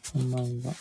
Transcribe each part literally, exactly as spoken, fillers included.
こんばんは。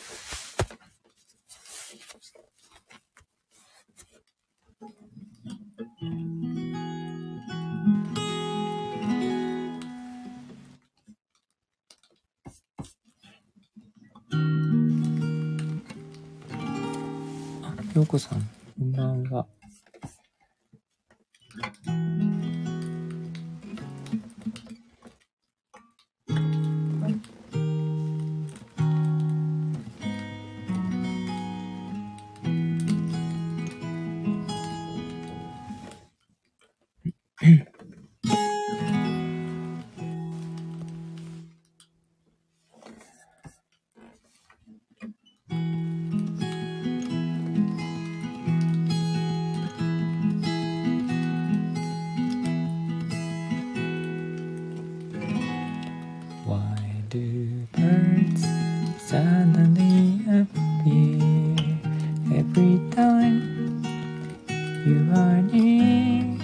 あ、ようこさん、こんばんは。Why do birds suddenly appear every time you are near?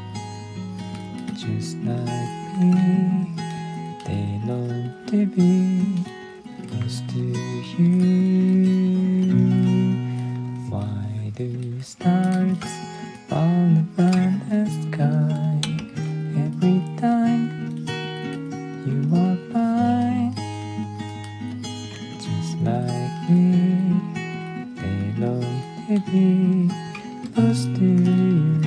Just like me, they long to be close to you. Why do stars fall from the sky every time you walk by? Just like me, they long to be close to you.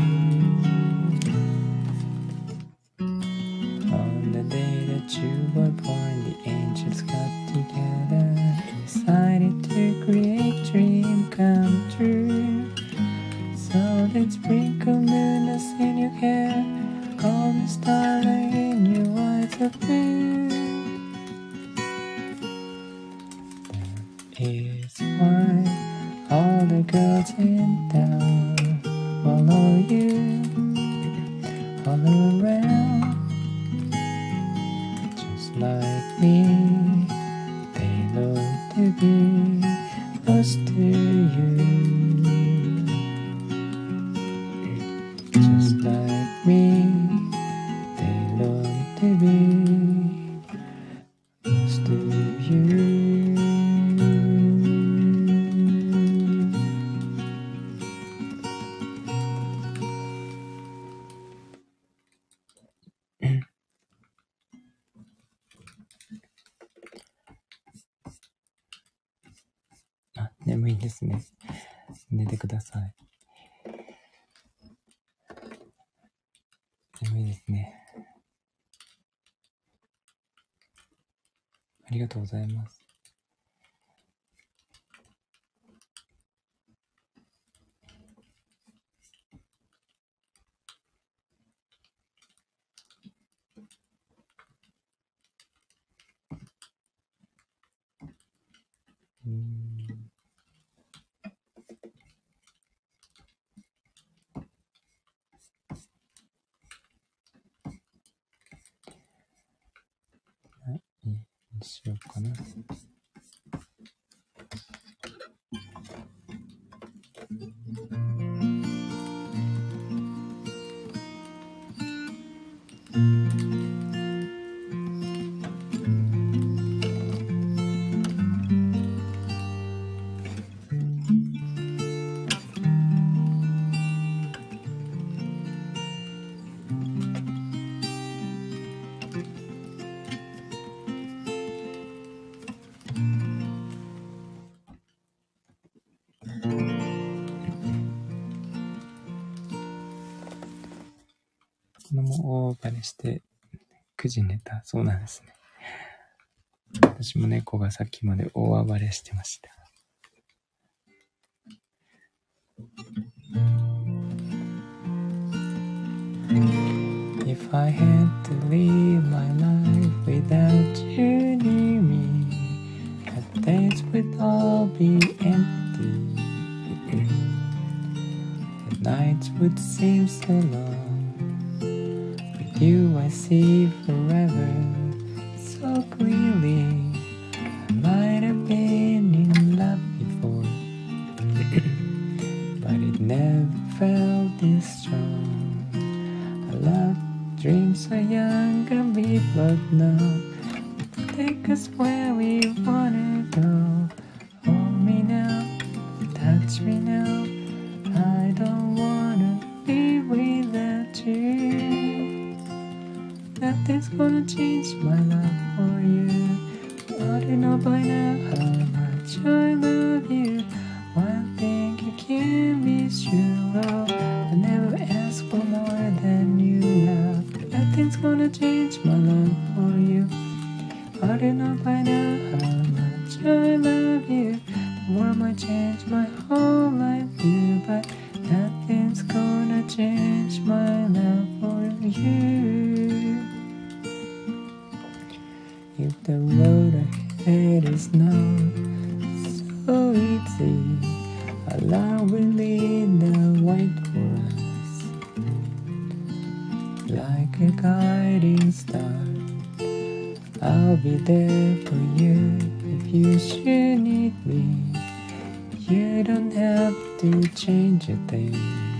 On the day that you were born, the angels got together and decided to create dream come true. So let's sprinkle moonless in your hair, golden starlight in your eyes of blue. That is why all the girls in town follow you all around. Just like me, they long to be close to you. Just like me, they long to be close to you. あ、眠いですね。寝てください。眠いですね。ありがとうございます。うーん。何にしようかな。子供を大暴れしてくじ寝た。そうなんですね。私も猫がさっきまで大暴れしてました。If I had to live my life without you near me, the days would all be empty. The nights would seem so long.With you I see forever so clearly. I might have been in love before, but it never felt this strong. Our love dreams are young and we both know. Take us where we wanna go. Hold me now, touch me now. I don't wanna live without you. Nothing's gonna change my love for you. You ought to know by now how much I love you. One thing you can be sure of, I never ask for more than you love. Nothing's gonna change my love for you. You ought to know by now how much I love you. The world might change my whole life too, but nothing's gonna change my love for you. If the road ahead is not so easy, Allah will lead the way for us, like a guiding star. I'll be there for you if you should need me. You don't have to change a thing.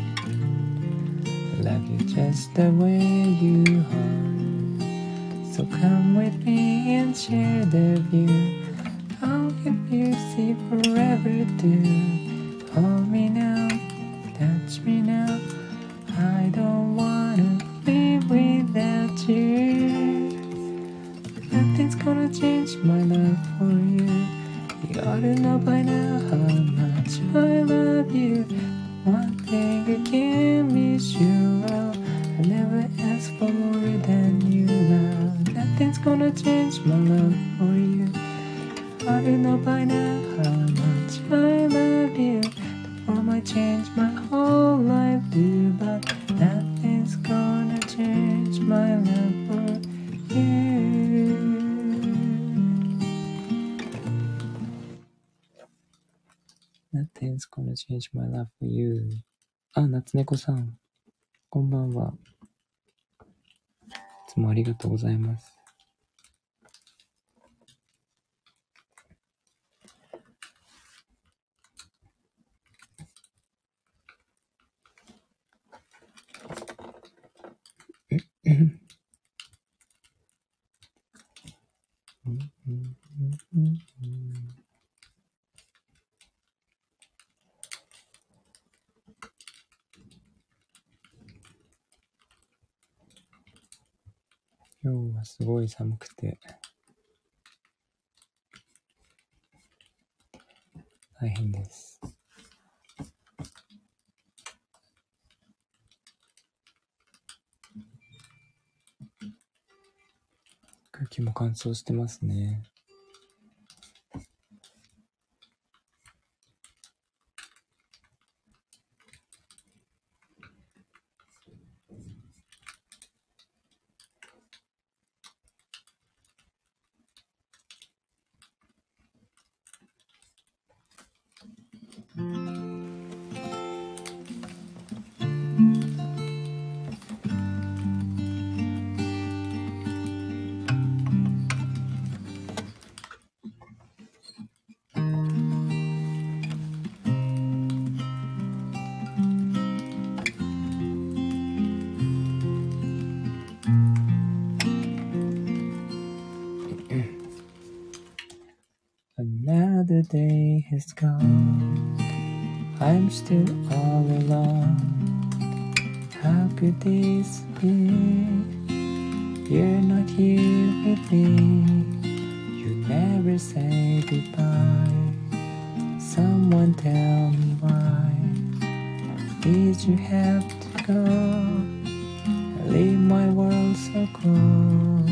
I love you just the way you are. So come with me and share the view. I'll help you see forever too. Hold me now, touch me now. I don't wanna live without you. Nothing's gonna change my love for you. You ought to know by now how much I love you. One thing I can be sure of, I never ask for more than you love. Nothing's gonna change my love for you. You ought to know by now how much I love you. The world might change my whole life too, but nothing's gonna change my love for you. Nothing's gonna change my love for you. あ、夏猫さん、こんばんは。いつもありがとうございます。今日はすごい寒くて大変です。空気も乾燥してますね。Another day has gone. I'm still all alone. How could this be? You're not here with me. You never say goodbye. Someone tell me why did you have to go? Leave my world so cold.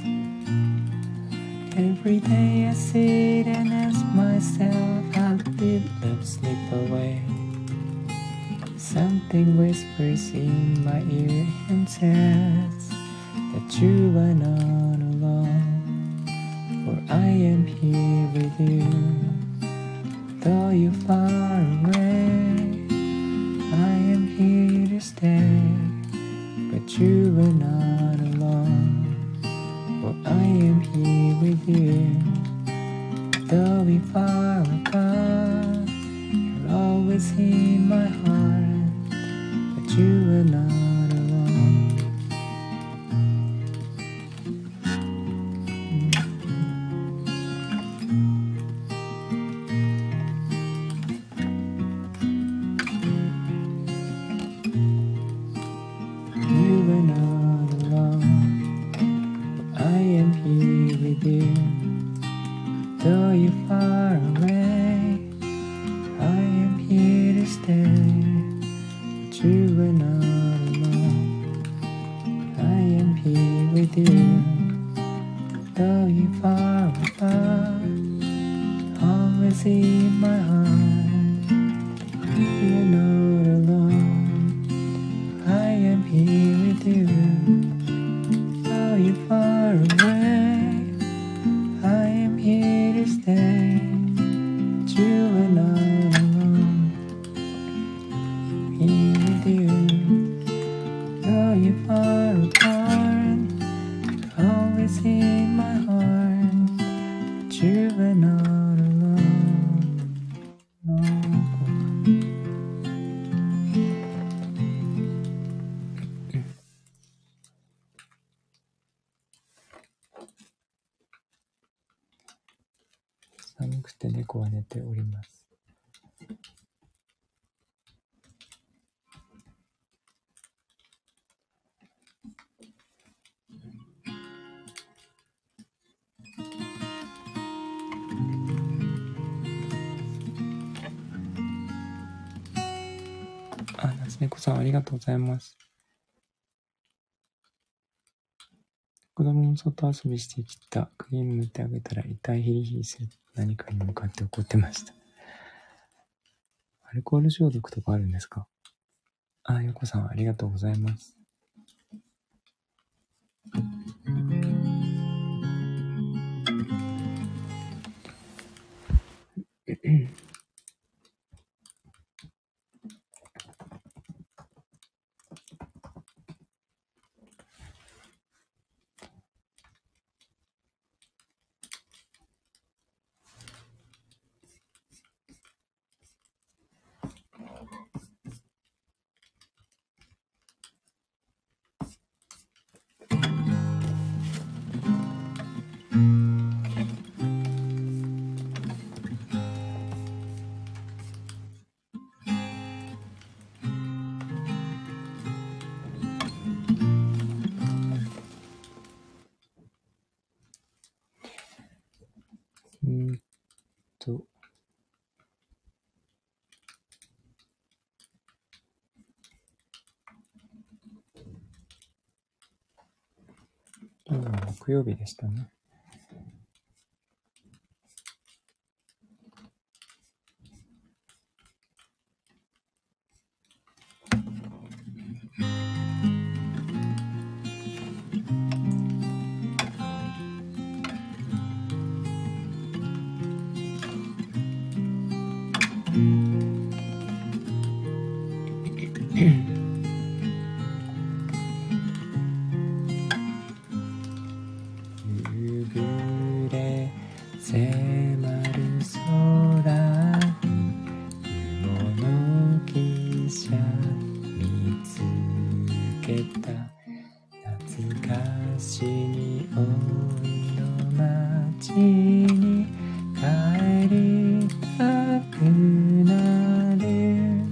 Every day I sit and ask myself, how did love slip away? Something whispers in my ear and says that you are not alone, for I am here with you. Though you're far away, I am here to stay, but you are not alone, for I am here with you. Though we far apart, you're always in my heart, but you are not alone. with you. Though you far apart, always in my heart. You're not alone, I am here with you. Though you far away, I am here to stay. But you are not alone, I'm here with you. Though you far apart, always in my heart. But you are not alone. No. 寒くて猫は寝ております。あ、夏猫さんありがとうございます。子供も外遊びしてきた。クリーム塗ってあげたら痛いヒリヒリする。何かに向かって怒ってました。アルコール消毒とかあるんですか？あ、よこさんありがとうございます。うーんと今日は木曜日でしたね。夕暮れ迫る空に雲の汽車見つけた。懐かしい匂いの街に帰りたくなる。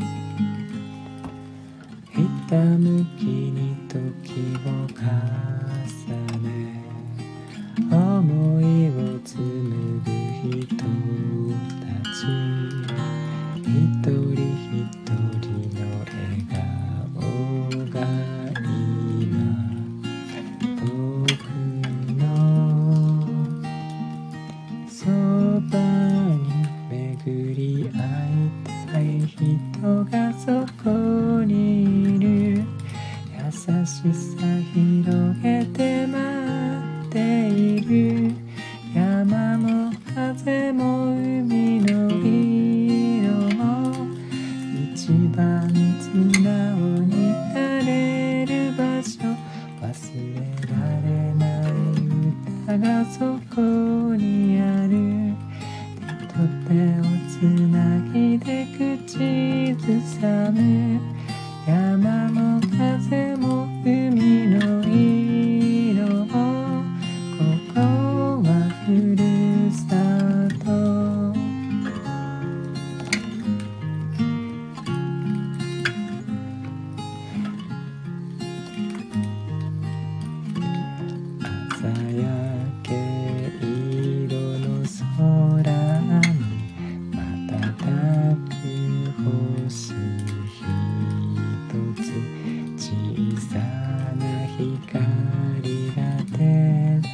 ひたむきに時を重ね思いを紡ぐ人たち。一人一人の笑顔が今僕のそばに巡り会いたい人がそこにいる。優しさ広げて待っている。山も風も海の色も一番素直になれる場所。忘れられない歌がそこにある。手と手をつなぎで口ずさむ。山も風も海の色もここはふるさと。朝焼け色の空に瞬く星ひ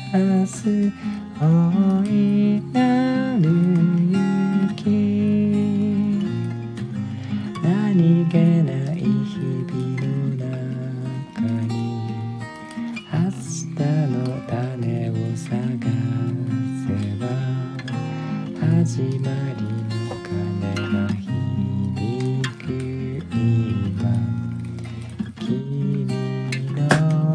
はす大いなる雪、何気ない日々の中に明日の種を探せば始まりの鐘が響く今、君の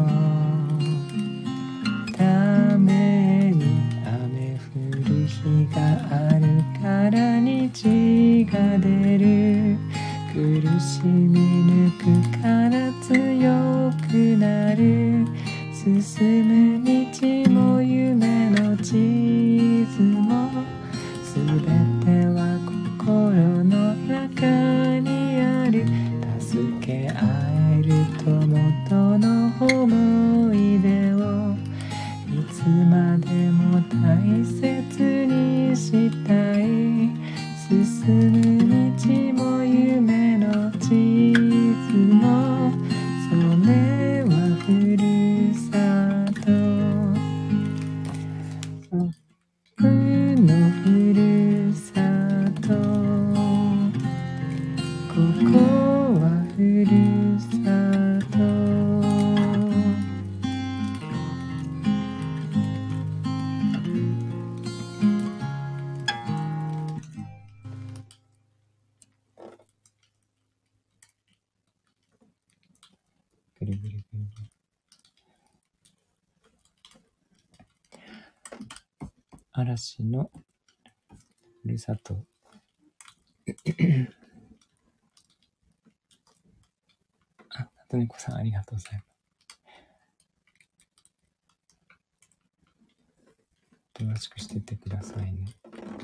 ために雨降る日があるから虹が出る、苦しみ抜くから強くなる、進む道も夢の地図もすべては心の中にある、助け合える友との思い出をいつまでも大切にしたい、進む道も夢の地図もそれはふるさと、僕のふるさと、ここはふるさと。ぐるぐるぐるぐる。嵐のふるさと。あ、とねこさんありがとうございます。おとなしくしててくださいね。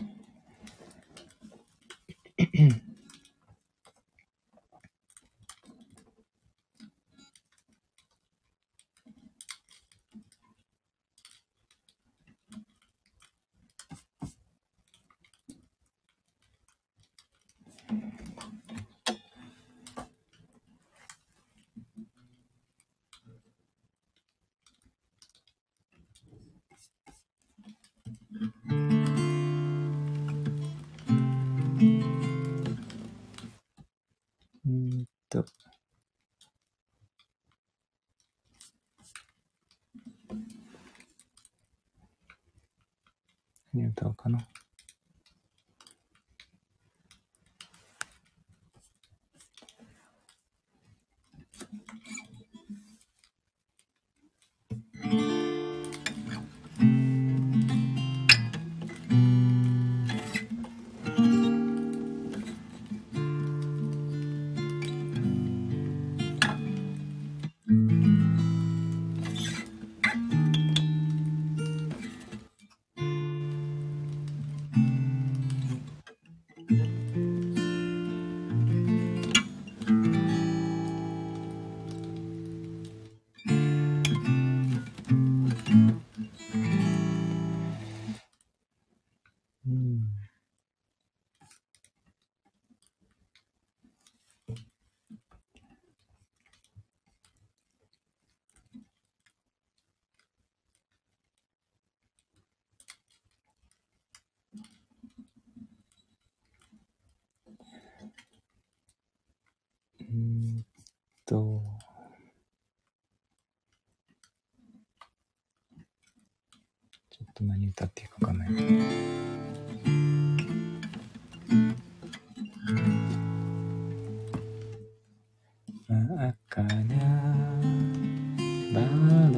うーんと何歌おうかな。うんうーんとちょっと何歌っていいかわかんない。真っ赤なバラ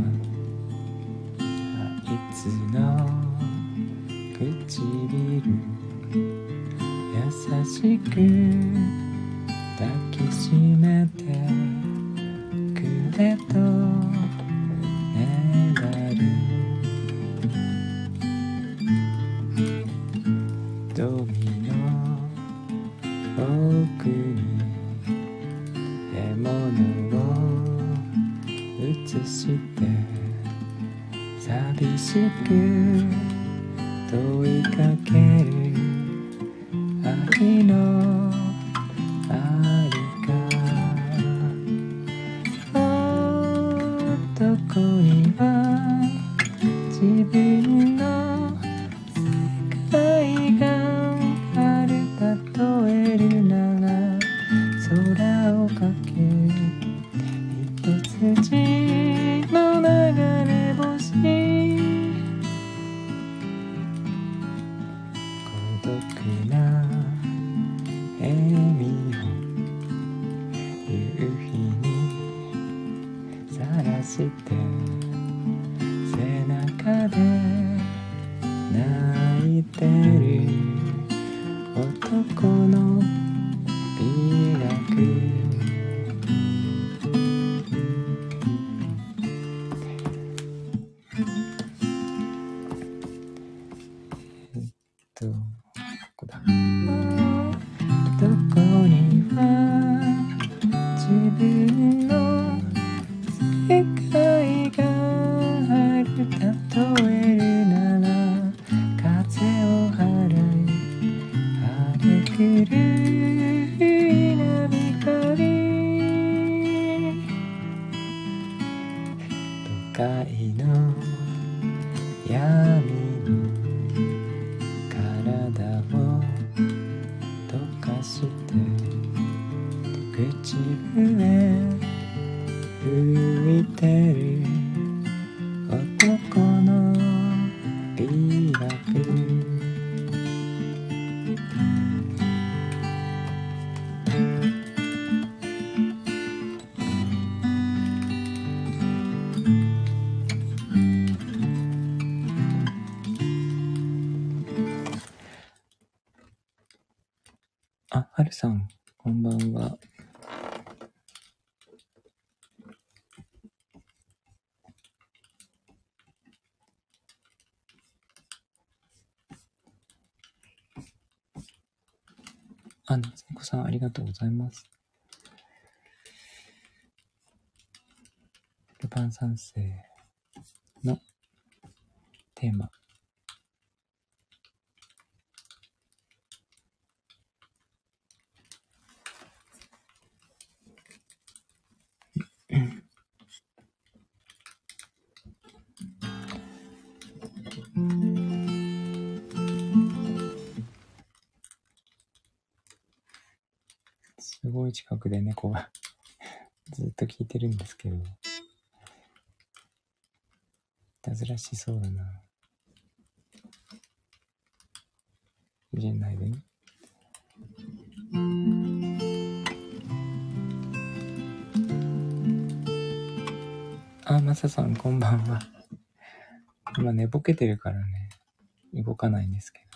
はいつの唇優しく抱きしめてくれとねだる、ドミノ奥に獲物を映して寂しく問いかける愛のありか、男には自分の世界がある例えるなら空をかけ一筋の流れ星孤独な笑みを夕日にさらして背中で泣いてる男の美学えっとここだどこには自分の世界がある例えるなら風を払い荒れ狂う稲光都会の闇に体を溶かして口笛吹いてる男の美学あ、はるさんこんばんは。あ、なつこさんありがとうございます。ルパン三世のテーマすごい近くで猫がずっと聞いてるんですけど、いたずらしそうだな。いじんないでね。あ、マサさんこんばんは。今寝ぼけてるからね、動かないんですけど。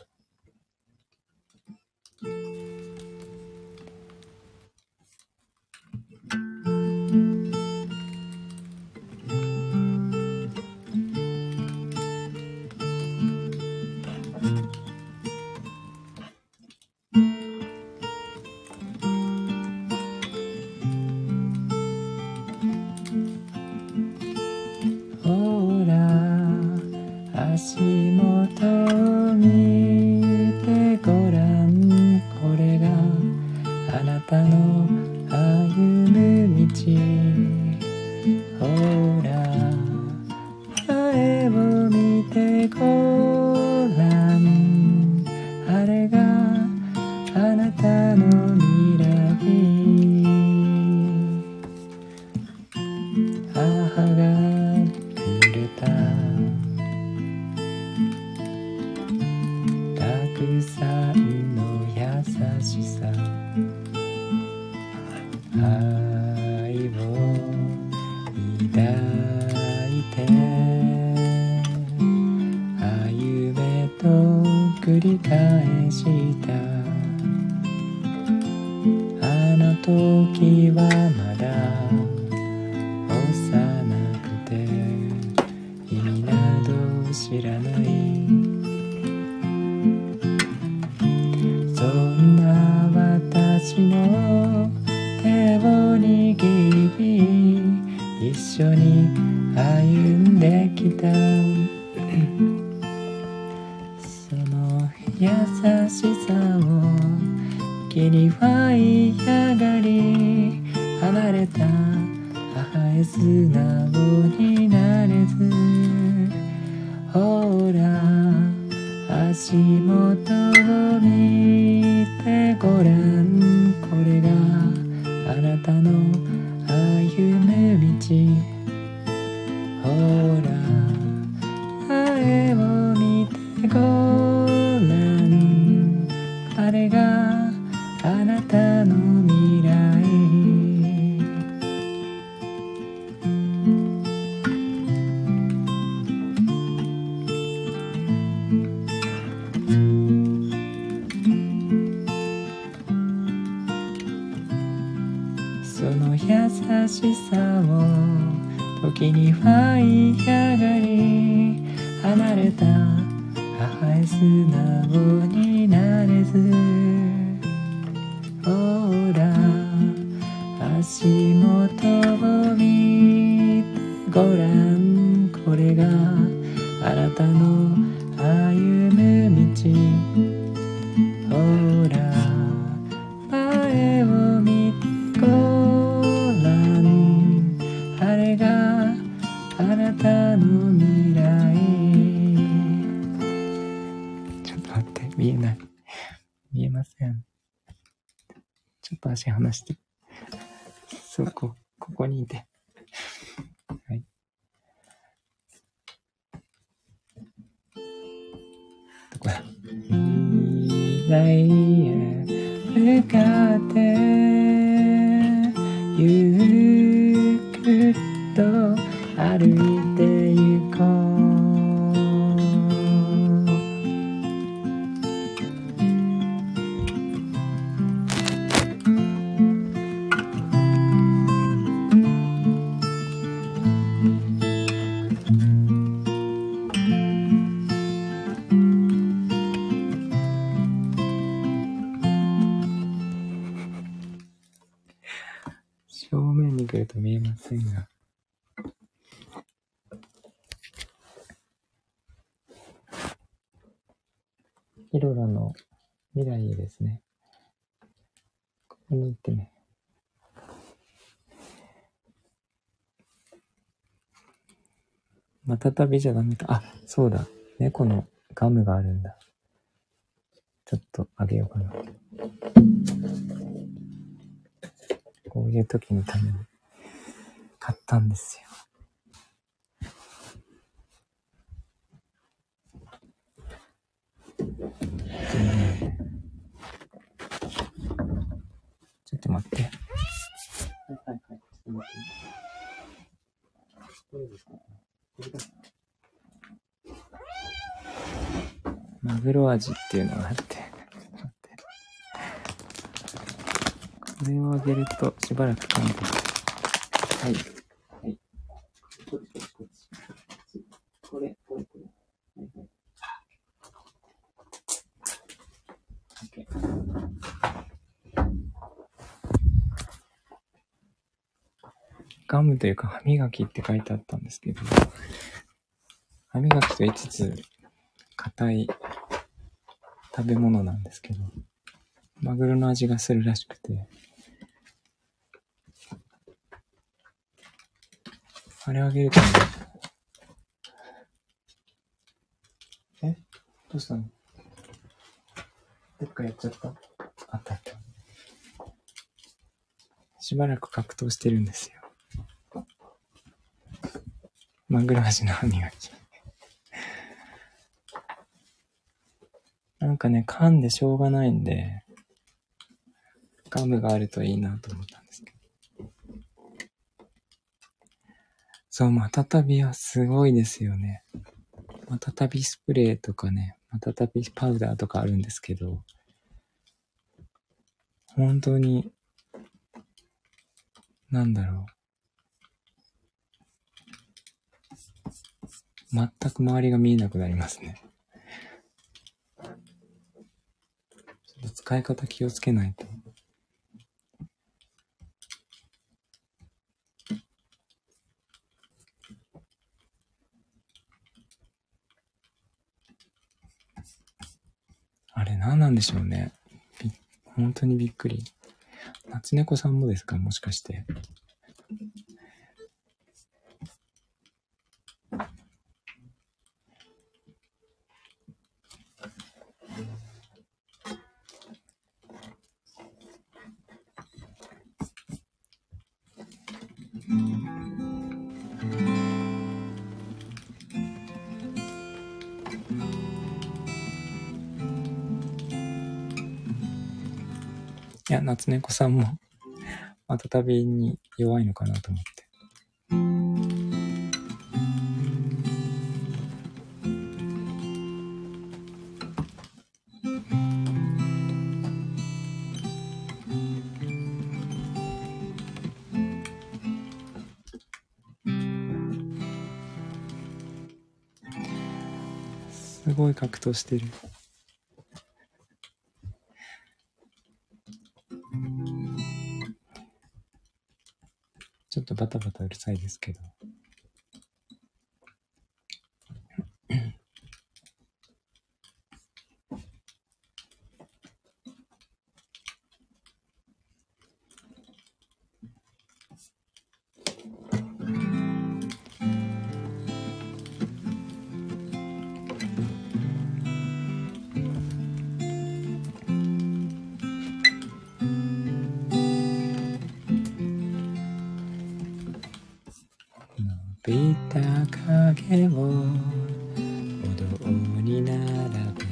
ほら足元を見てごらん、これがあなたの歩む道。ほら前を見てごらん、あれがあなたの未来。母がくれたたくさんの優しさ、愛を抱いて歩めと繰り返した。あの時はまだ幼くて意味など知らない、そんな私の手を握り一緒に歩んできた。その優しさを君には嫌がり、離れた母へ素直になれず、ほ足元を見てごらん、これがあなたの歩む道。ほら前を見てごらん、あれがあなたの未来。その優しさを時には嫌がり、離れた母へ素直になれず、ほら足元を見てごらん、これがあなたの歩む道。ほら前を見てごらん、あれがあなたの未来。ちょっと待って、見えない、見えません。ちょっと足離して、そう、こここにいて、はい。どこだ。未来へ向かってゆっくりと歩いてゆこう。正面に来ると見えませんが、ヒロラの未来へですね。ここに行ってね。またたびじゃダメか。あ、そうだ。猫のガムがあるんだ。ちょっとあげようかな。こういう時のために買ったんですよ。ちょっと待って。はいはいはい。ちょっと待って。どれですか？これだ。マグロ味っていうのがあって。待って。これをあげるとしばらく噛んで。はい。はい。こっちこっちこっち。これ、これ、これ。はいはい。ガムというか歯磨きって書いてあったんですけど、歯磨きと言いつつ硬い食べ物なんですけど、マグロの味がするらしくて、あれあげるとね、えどうしたの？どっかやっちゃった？あったあった。しばらく格闘してるんですよ。マグロ味の歯磨き。なんかね、噛んでしょうがないんで、ガムがあるといいなと思ったんですけど。そう、またたびはすごいですよね。またたびスプレーとかね、またたびパウダーとかあるんですけど、本当に、なんだろう。全く周りが見えなくなりますね。ちょっと使い方気をつけないと。あれ何なんでしょうね。び本当にびっくり。夏猫さんもですか、もしかして。 いや、夏猫さんもまた旅に弱いのかなと思って。すごい格闘してる。ちょっとバタバタうるさいですけど。伸びた影を歩道に並べ、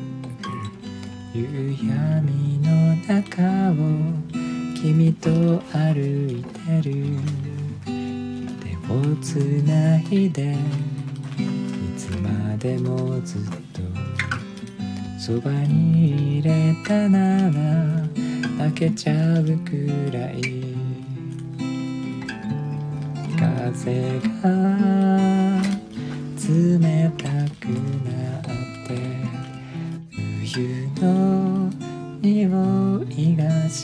夕闇の中を君と歩いてる。手をつないでいつまでもずっとそばにいれたなら泣けちゃうくらい。風が冷たくなって冬の匂いがした。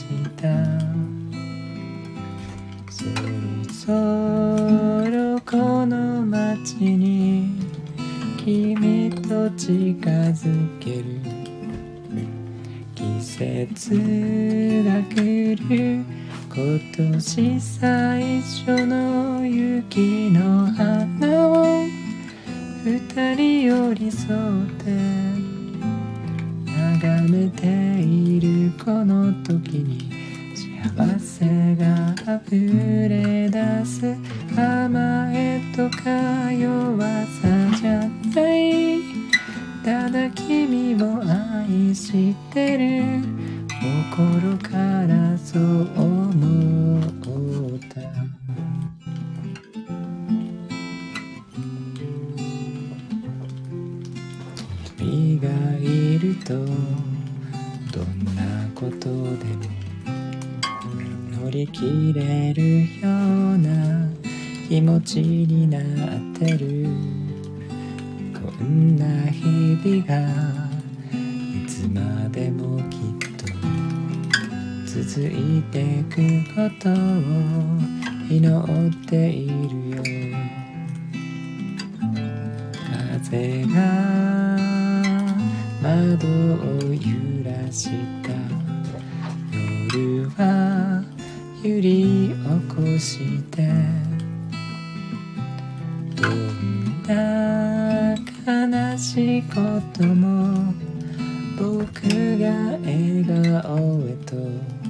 そろそろこの街に君と近づける。季節が来る。今年最初の雪の花を二人寄り添って眺めているこの時に幸せが溢れ出す。甘えとか弱さじゃない、ただ君を愛してる。心からそう思った。君がいるとどんなことでも乗り切れるような気持ちになってる。こんな日々がいつまでもきっと続いてくことを祈っているよ。風が窓を揺らした夜は揺り起こして、どんな悲しいことも僕が笑顔へと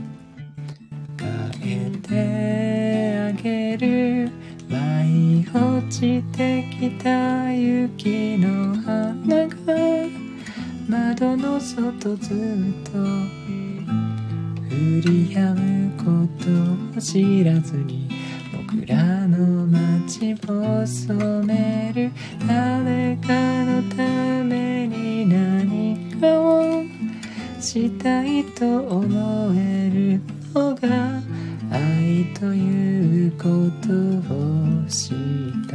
変えてあげる。舞い落ちてきた雪の花が窓の外ずっと降り止むことを知らずに僕らの街を染める。誰かのために何かをしたいと思えるのが愛ということを知った。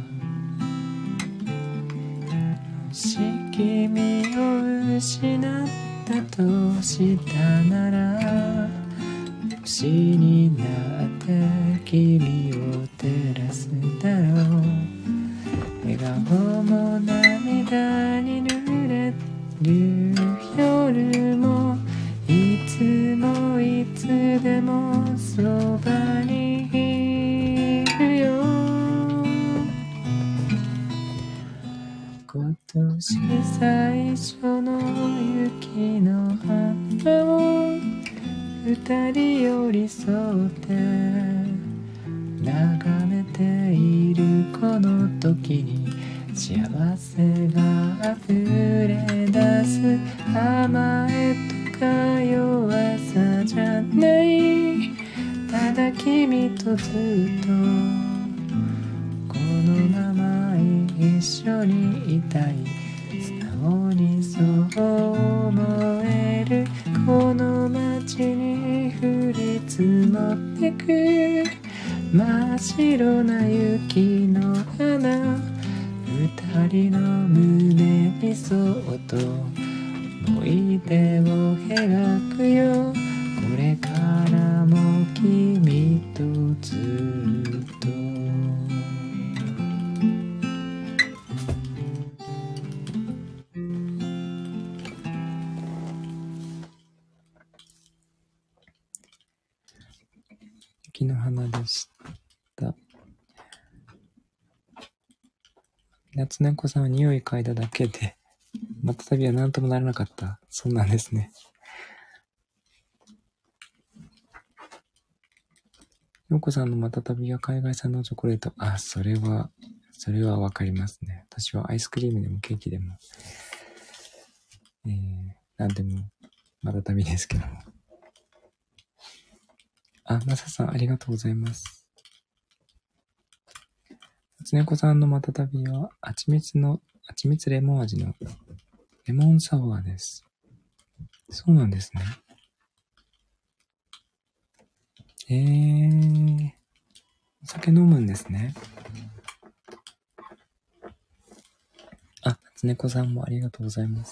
もし君を失ったとしたなら星になって君を照らすだろう。笑顔も涙に濡れる夜もいつもいつでもそばにいるよ。今年最初の雪の花を二人寄り添って眺めているこの時に幸せが溢れ出す。甘えとか弱さじゃない。ただ君とずっとこのまま一緒にいたい。素直にそう思える。この街に降り積もってく真っ白な雪の花。二人の胸にそっと思い出を描くよ。これからも君とずっと。雪の花でした。夏猫さんは匂い嗅いだだけでまたたびは何ともならなかった。そうなんですね。ようこさんのまたたびは海外産のチョコレート。あ、それはそれはわかりますね。私はアイスクリームでもケーキでも、えー、なんでもまたたびですけども。あ、まささんありがとうございます。夏猫さんのまたたびはあちみつのあちみつレモン味のレモンサワーです。そうなんですね。えー、お酒飲むんですね。あ、夏猫さんもありがとうございます。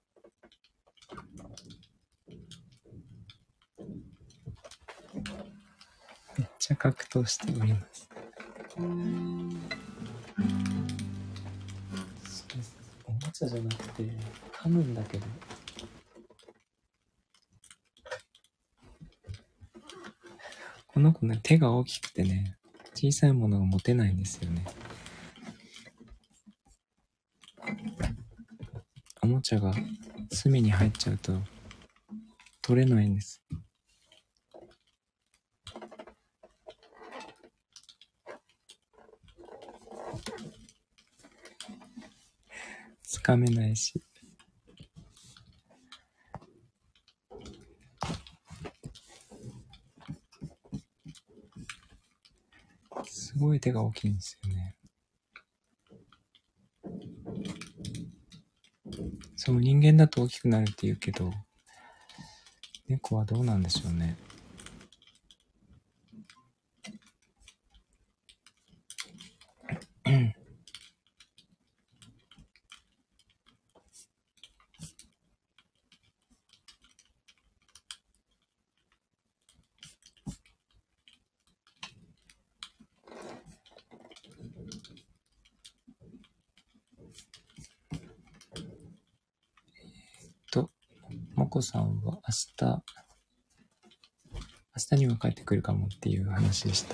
めっちゃ格闘しております。そうです。おもちゃじゃなくて噛むんだけど。この子ね、手が大きくてね、小さいものが持てないんですよね。おもちゃが隅に入っちゃうと取れないんです。つかめないし。すごい手が大きいんですよね。そう、人間だと大きくなるって言うけど、猫はどうなんでしょうね。と、もこさんは明日、明日には帰ってくるかもっていう話でした。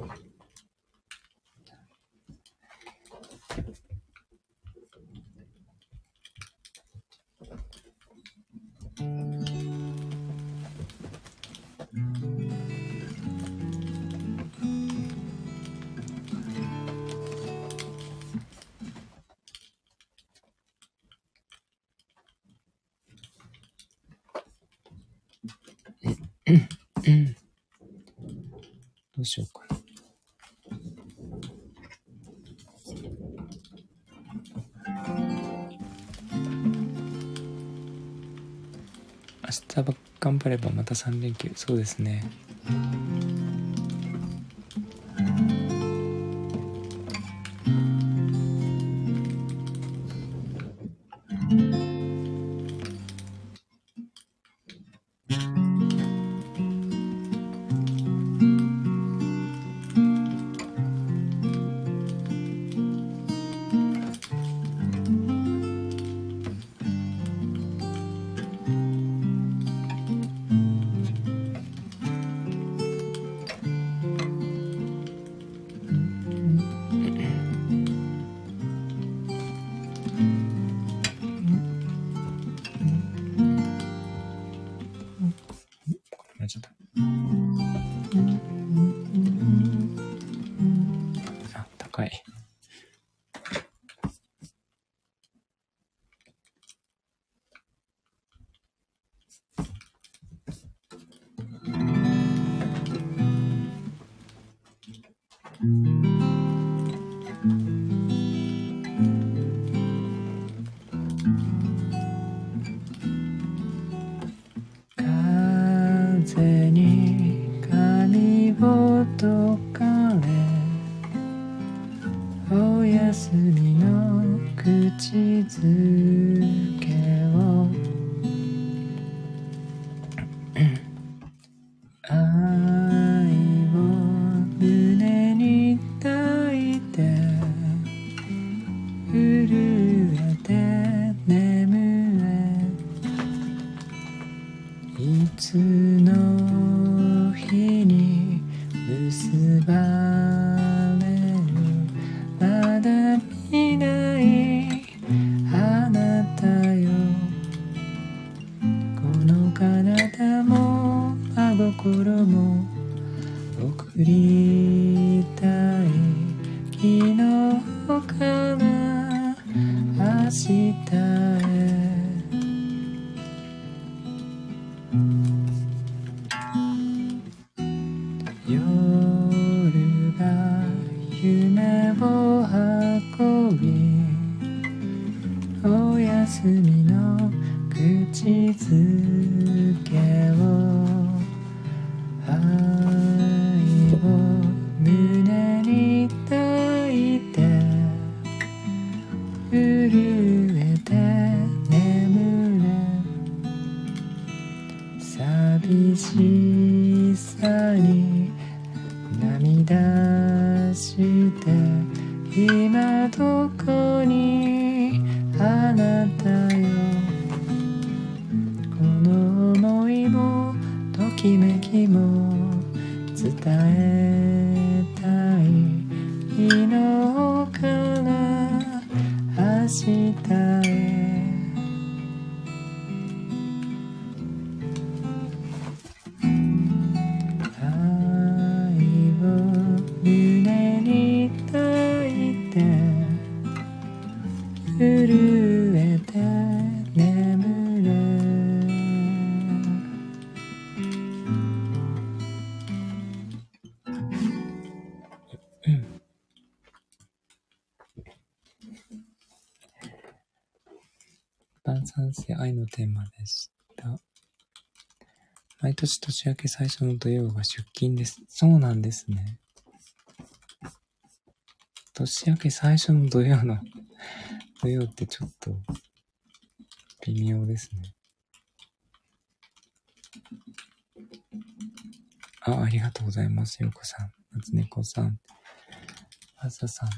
どうしようかな。明日ば頑張ればまたさん連休。そうですね。 口づけを愛を胸に抱いて震えて眠れいつの日に結ばれるまだ見ないあなたよこの体も真心も送りたい昨日から明日へ夜が夢を運びおやすみの口づけを愛を胸に抱いて震えて眠れ寂しさに涙して今どこにあなたよこの想いもときめきも伝えたい昨日から明日へ胸に抱いて震えて眠れ晩餐性愛のテーマでした。毎年年明け最初の土曜が出勤です。そうなんですね。年明け最初の土曜の土曜ってちょっと微妙ですね。あ、ありがとうございます。ようこさん、夏猫さん、あささん。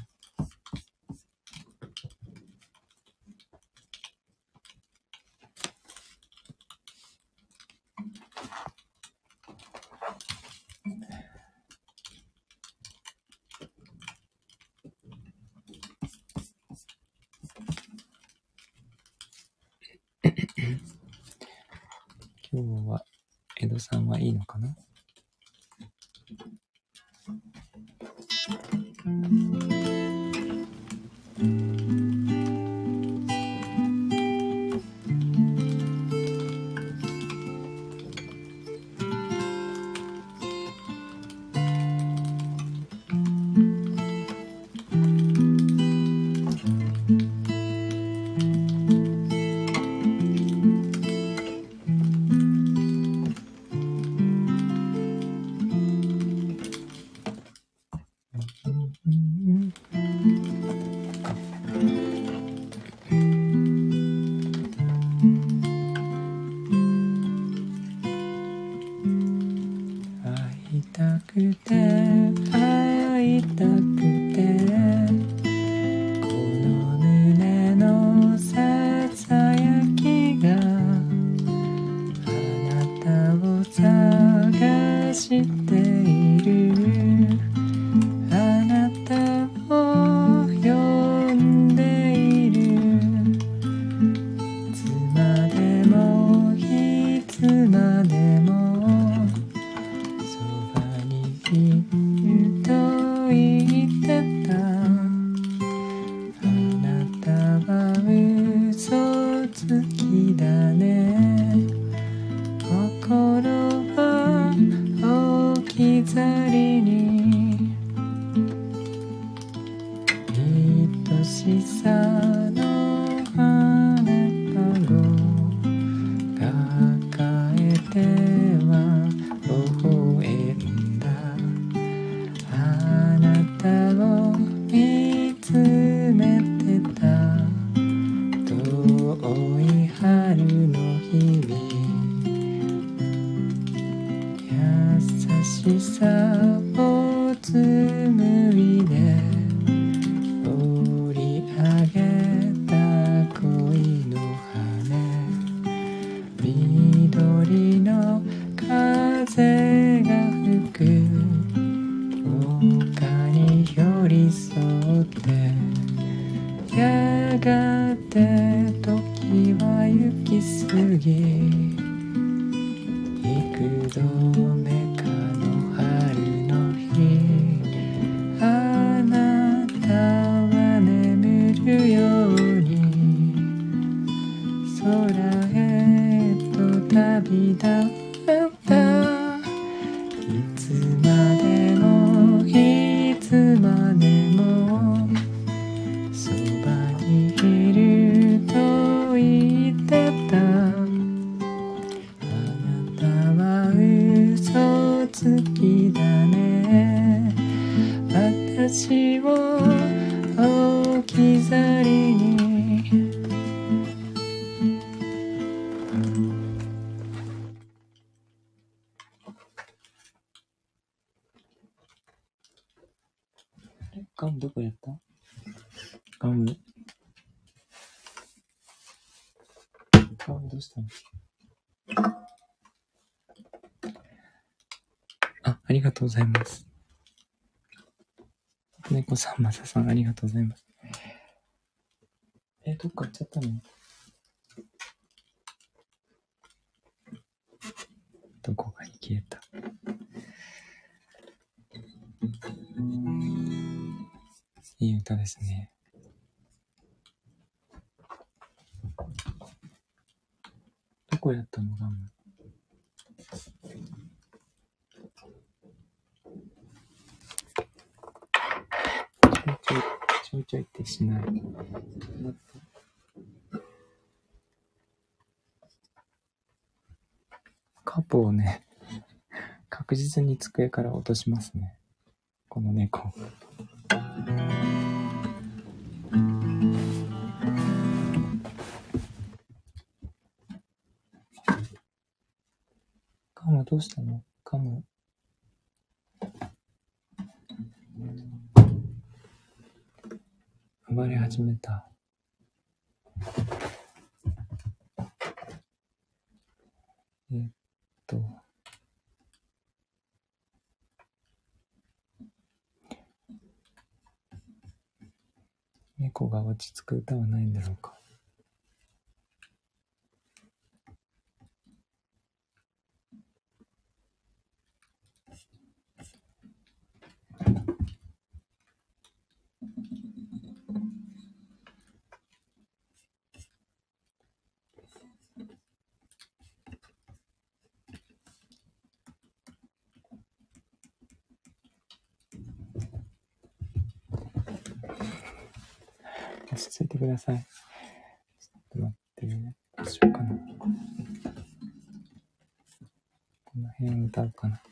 今日は江戸さんはいいのかな？ だって時は行き過ぎ幾度目かの春の日あなたは眠るように空へと旅立ったいつまでもいつまでもそばにいると言ってたあなたは嘘つきだね私を置き去りにガムどこやったガムガムどうしたのあ、ありがとうございます。猫さん、まささん、ありがとうございます。え、どっか行っちゃったのどこかに消えた。いい歌ですね。どこやったのガムちょいちょいちょいちょいってしない。カップをね、確実に机から落としますね。この猫。カムどうしたの？カム。暴れ始めた。えっと。猫が落ち着く歌はないんだろうか。落ち着いてください。ちょっと待ってね。どうしようかな。この辺歌うかな。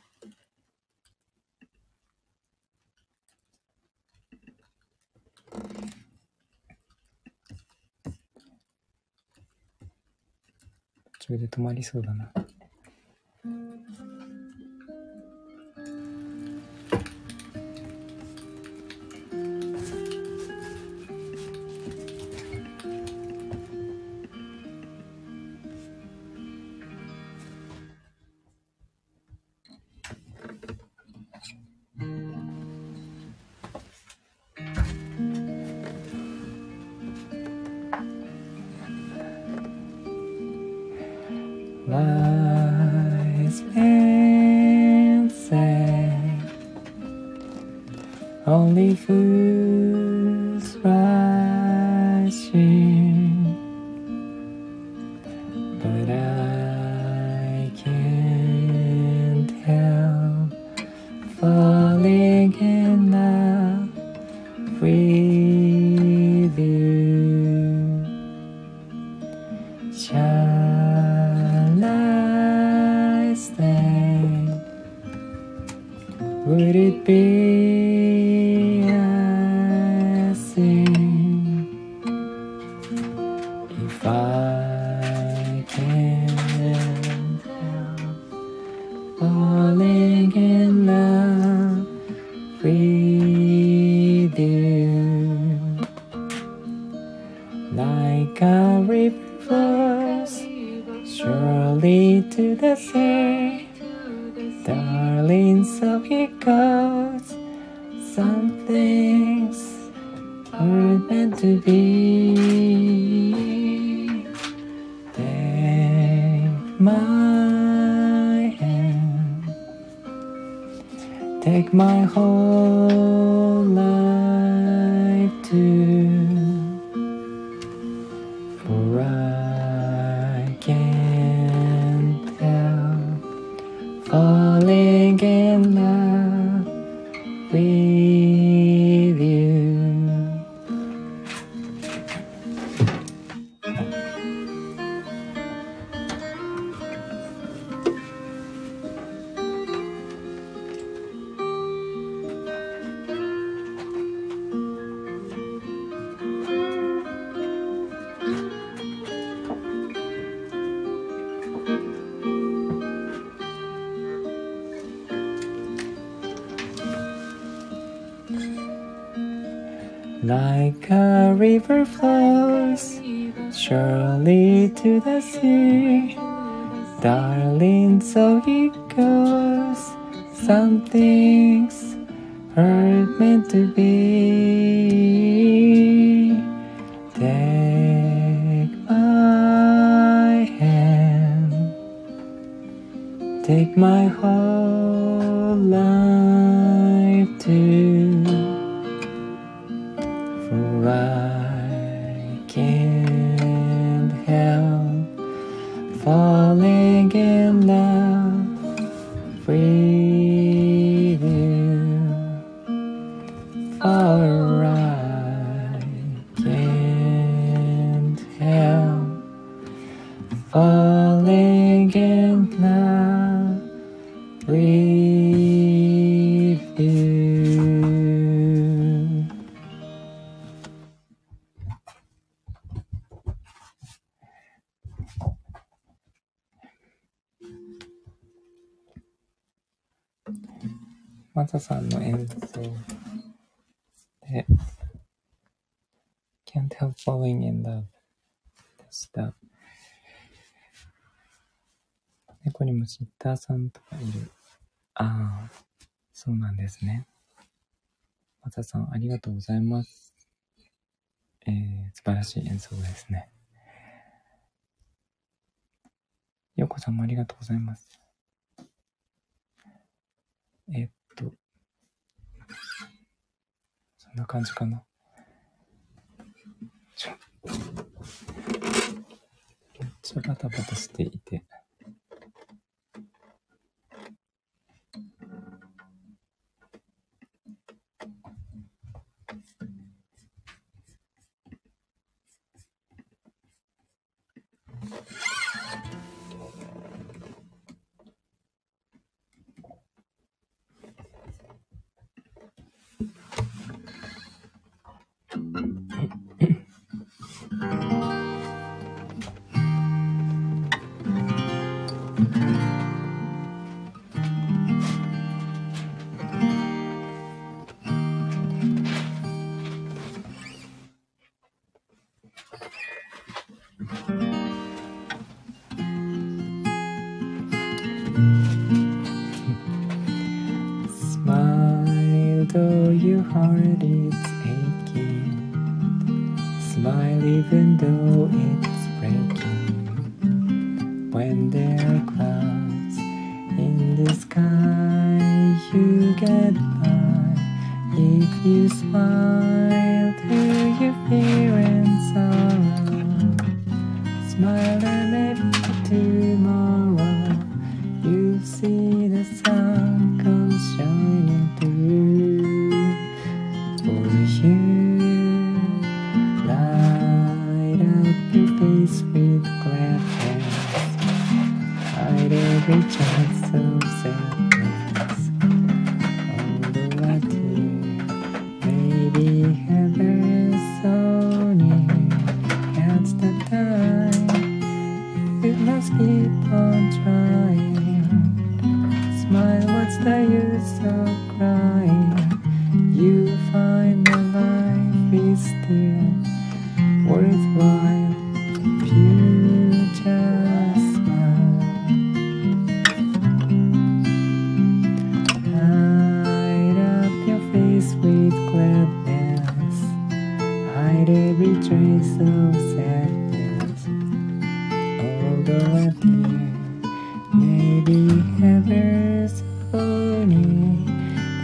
途中で止まりそうだな。Wise men say only fools rush in, but I can't help falling in love with you. Shall I stay? Would it be a sin if I can't help falling in love with you? Like a river flows surely to the sea, darling, so it goes. Some things aren't meant to be. Take my whole life too, for I can't help falling in love with you. Like a river flows surely to the sea, darling, so it goes. Some things are meant to be. Take my hand, take my whole life too, for I can't help falling in love with you, for I can't help falling in love with you. マサさんの演奏で Can't Help Falling in Love でした。猫にもシッターさんとかいる。ああ、そうなんですね。マサさんありがとうございます。えー、素晴らしい演奏ですね。ヨコさんもありがとうございます。えー、っとそんな感じかな。ちょめっちゃバタバタしていて、Smile though your heart is aching, smile even though it's breaking. When there are clouds in the sky, you get by. If you smile through your fear and sorrow, smile and maybe tomorrow you'll see the sun come shining through for you. Light up your face with gladness, hide every chance of sadness. Although a tear may be ever so near, it's the time you must keep on trying. Smile, what's the use of crying? You find that life is still worthwhile if you just smile. Light up your face with gladness, hide every trace of sadness. Although a tear may be ever so near,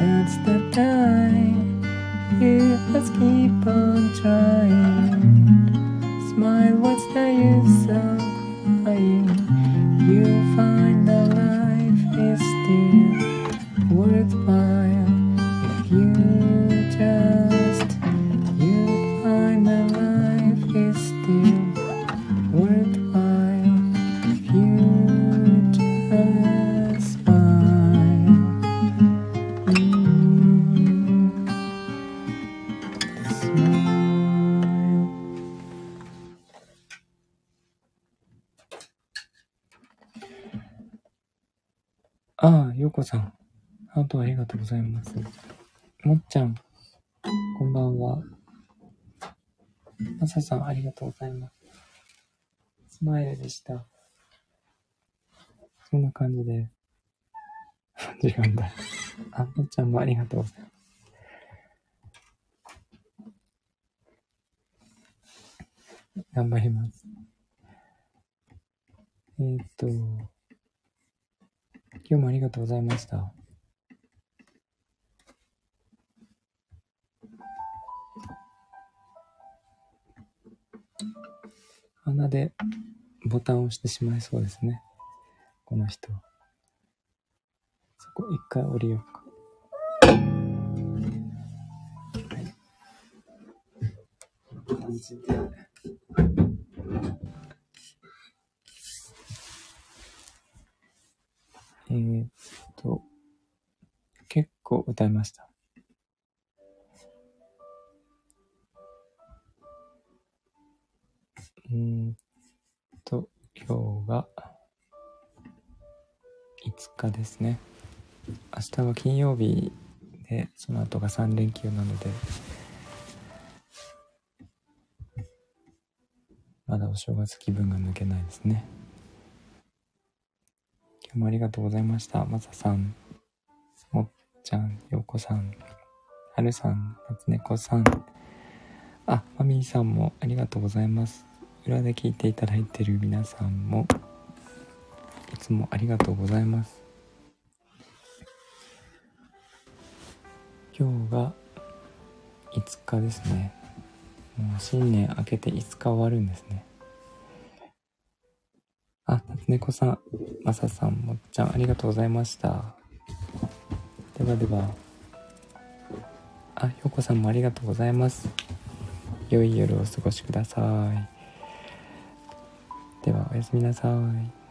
smile, what's the use of crying? You'll find that life is still worthwhile if you just, you'll find that life is still worthwhile if you just smile. Mm, smile.ああ、ようこさん。ハートありがとうございます。もっちゃん、こんばんは。まささん、ありがとうございます。スマイルでした。そんな感じで。違うんだ。あ、もっちゃんもありがとうございます。頑張ります。えー、っと、今日もありがとうございました。鼻でボタンを押してしまいそうですね。この人。そこ一回降りようか。はい。こんな感じで。えー、っと、結構歌いました。うーんと、今日がいつかですね。明日は金曜日で、その後がさん連休なので、まだお正月気分が抜けないですね。今日もありがとうございました。まささん、もっちゃん、ようこさん、はるさん、なつねこさん、あ、まみーさんもありがとうございます。裏で聞いていただいている皆さんもいつもありがとうございます。今日がいつかですね。もう新年明けていつか終わるんですね。あ、なつねこさん、まささん、もっちゃんありがとうございました。ではでは、あ、ようこさんもありがとうございます。良い夜をお過ごしください。ではおやすみなさい。